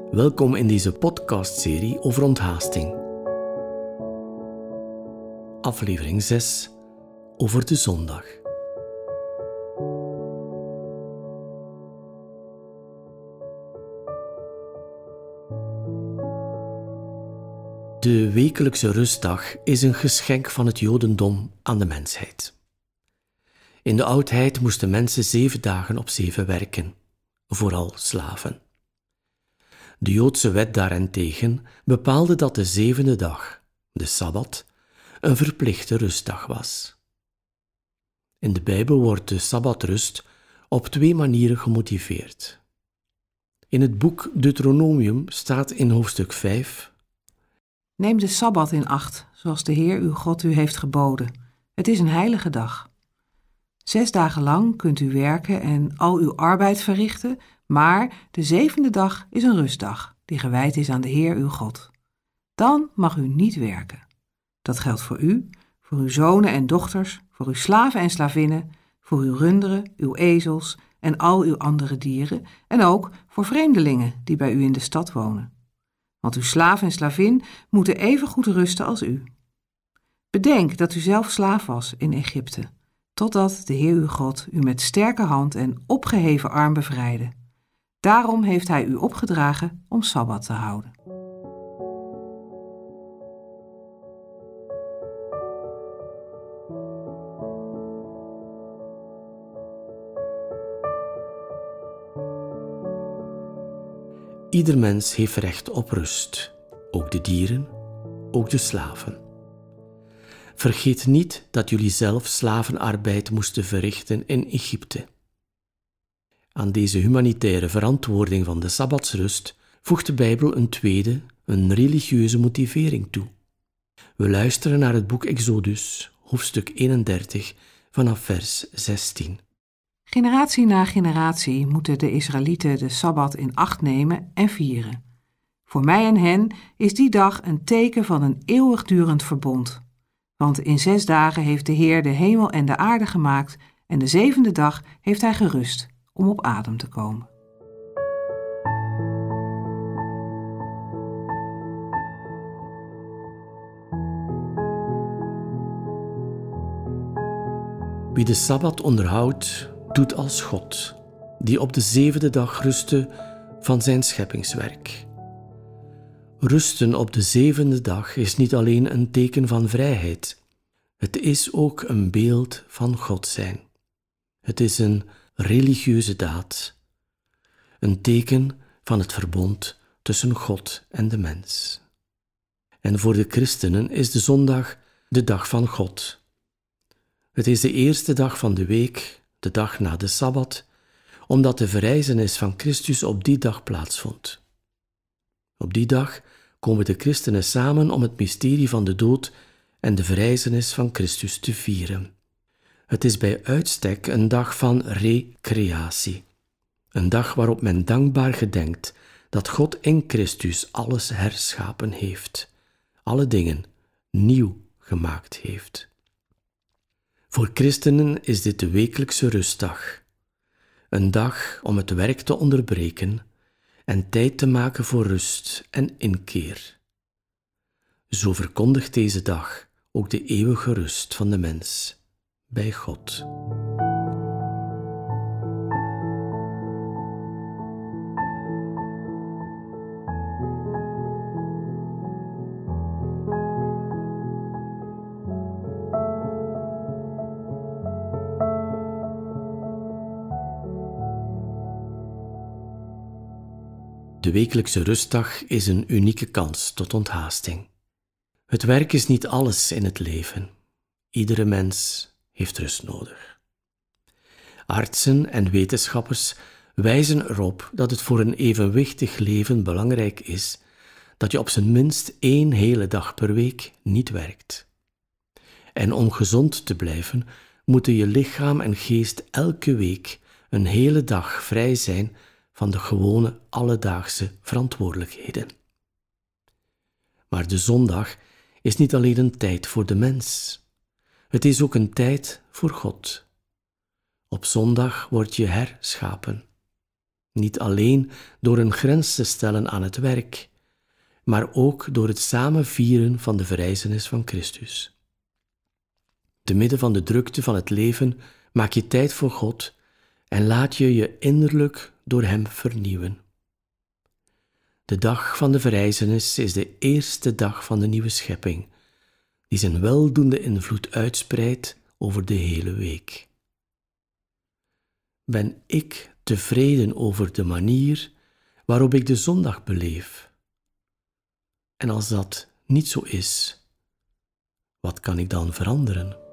Welkom in deze podcastserie over onthaasting. Aflevering 6 over de zondag. De wekelijkse rustdag is een geschenk van het Jodendom aan de mensheid. In de oudheid moesten mensen 7 dagen op 7 werken, vooral slaven. De Joodse wet daarentegen bepaalde dat de 7e dag, de Sabbat, een verplichte rustdag was. In de Bijbel wordt de Sabbatrust op 2 manieren gemotiveerd. In het boek Deuteronomium staat in hoofdstuk 5: Neem de Sabbat in acht, zoals de Heer uw God u heeft geboden. Het is een heilige dag. 6 dagen lang kunt u werken en al uw arbeid verrichten, maar de 7e dag is een rustdag, die gewijd is aan de Heer uw God. Dan mag u niet werken. Dat geldt voor u, voor uw zonen en dochters, voor uw slaven en slavinnen, voor uw runderen, uw ezels en al uw andere dieren, en ook voor vreemdelingen die bij u in de stad wonen. Want uw slaaf en slavin moeten even goed rusten als u. Bedenk dat u zelf slaaf was in Egypte, totdat de Heer uw God u met sterke hand en opgeheven arm bevrijdde. Daarom heeft hij u opgedragen om Sabbat te houden. Ieder mens heeft recht op rust, ook de dieren, ook de slaven. Vergeet niet dat jullie zelf slavenarbeid moesten verrichten in Egypte. Aan deze humanitaire verantwoording van de Sabbatsrust voegt de Bijbel een tweede, een religieuze motivering toe. We luisteren naar het boek Exodus, hoofdstuk 31, vanaf vers 16. Generatie na generatie moeten de Israëlieten de Sabbat in acht nemen en vieren. Voor mij en hen is die dag een teken van een eeuwigdurend verbond. Want in 6 dagen heeft de Heer de hemel en de aarde gemaakt en de 7e dag heeft hij gerust om op adem te komen. Wie de Sabbat onderhoudt, doet als God, die op de 7e dag rustte van zijn scheppingswerk. Rusten op de 7e dag is niet alleen een teken van vrijheid, het is ook een beeld van God zijn. Het is een religieuze daad, een teken van het verbond tussen God en de mens. En voor de christenen is de zondag de dag van God. Het is de eerste dag van de week, de dag na de Sabbat, omdat de verrijzenis van Christus op die dag plaatsvond. Op die dag komen de christenen samen om het mysterie van de dood en de verrijzenis van Christus te vieren. Het is bij uitstek een dag van recreatie. Een dag waarop men dankbaar gedenkt dat God in Christus alles herschapen heeft, alle dingen nieuw gemaakt heeft. Voor christenen is dit de wekelijkse rustdag. Een dag om het werk te onderbreken en tijd te maken voor rust en inkeer. Zo verkondigt deze dag ook de eeuwige rust van de mens bij God. De wekelijkse rustdag is een unieke kans tot onthaasting. Het werk is niet alles in het leven. Iedere mens heeft rust nodig. Artsen en wetenschappers wijzen erop dat het voor een evenwichtig leven belangrijk is dat je op zijn minst 1 hele dag per week niet werkt. En om gezond te blijven, moeten je lichaam en geest elke week een hele dag vrij zijn van de gewone alledaagse verantwoordelijkheden. Maar de zondag is niet alleen een tijd voor de mens. Het is ook een tijd voor God. Op zondag word je herschapen. Niet alleen door een grens te stellen aan het werk, maar ook door het samen vieren van de verrijzenis van Christus. Te midden van de drukte van het leven maak je tijd voor God en laat je je innerlijk door Hem vernieuwen. De dag van de verrijzenis is de eerste dag van de nieuwe schepping, die zijn weldoende invloed uitspreidt over de hele week. Ben ik tevreden over de manier waarop ik de zondag beleef? En als dat niet zo is, wat kan ik dan veranderen?